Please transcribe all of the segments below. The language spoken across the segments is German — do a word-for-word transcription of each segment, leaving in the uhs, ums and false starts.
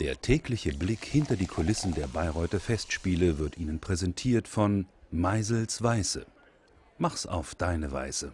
Der tägliche Blick hinter die Kulissen der Bayreuther Festspiele wird Ihnen präsentiert von Meisels Weiße. Mach's auf deine Weise.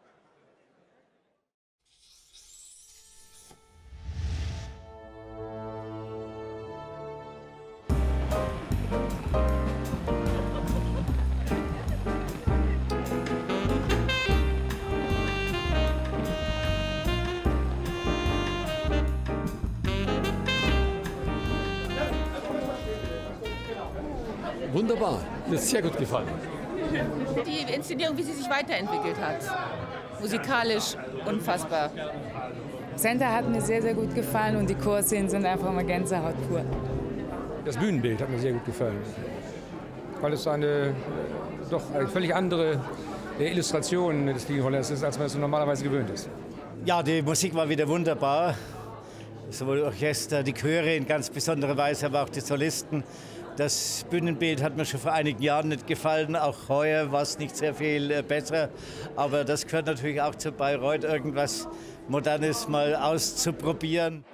Wunderbar, mir ist sehr gut gefallen. Die Inszenierung, wie sie sich weiterentwickelt hat. Musikalisch unfassbar. Center hat mir sehr, sehr gut gefallen und die Chorszenen sind einfach mal Gänsehaut pur. Das Bühnenbild hat mir sehr gut gefallen, weil es eine äh, doch eine völlig andere äh, Illustration des Fliegenholländers ist, als man es normalerweise gewöhnt ist. Ja, die Musik war wieder wunderbar. Sowohl Orchester, die Chöre in ganz besonderer Weise, aber auch die Solisten. Das Bühnenbild hat mir schon vor einigen Jahren nicht gefallen. Auch heuer war es nicht sehr viel besser. Aber das gehört natürlich auch zu Bayreuth, irgendwas Modernes mal auszuprobieren.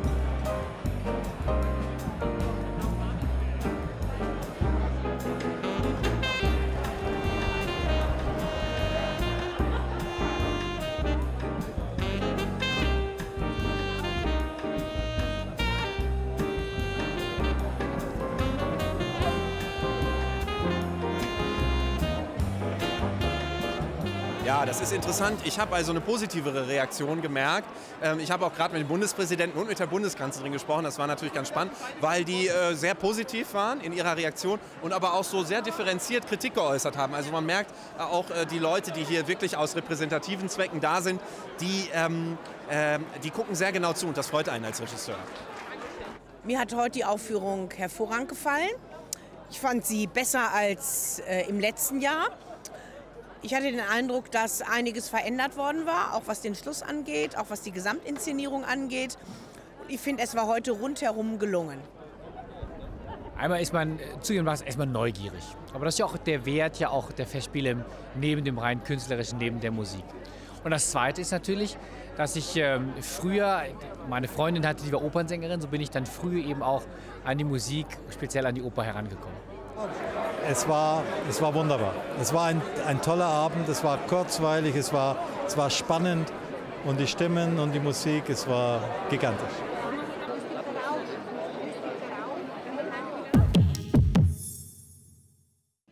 Ja, das ist interessant. Ich habe also eine positivere Reaktion gemerkt. Ich habe auch gerade mit dem Bundespräsidenten und mit der Bundeskanzlerin gesprochen. Das war natürlich ganz spannend, weil die sehr positiv waren in ihrer Reaktion und aber auch so sehr differenziert Kritik geäußert haben. Also man merkt auch, die Leute, die hier wirklich aus repräsentativen Zwecken da sind, die, ähm, die gucken sehr genau zu und das freut einen als Regisseur. Mir hat heute die Aufführung hervorragend gefallen. Ich fand sie besser als äh, im letzten Jahr. Ich hatte den Eindruck, dass einiges verändert worden war, auch was den Schluss angeht, auch was die Gesamtinszenierung angeht. Und ich finde, es war heute rundherum gelungen. Einmal ist man zugegeben erstmal neugierig. Aber das ist ja auch der Wert ja auch der Festspiele neben dem rein künstlerischen, neben der Musik. Und das Zweite ist natürlich, dass ich ähm, früher, meine Freundin hatte, die war Opernsängerin, so bin ich dann früh eben auch an die Musik, speziell an die Oper herangekommen. Es war, es war wunderbar. Es war ein, ein toller Abend, es war kurzweilig, es war, es war spannend und die Stimmen und die Musik, es war gigantisch.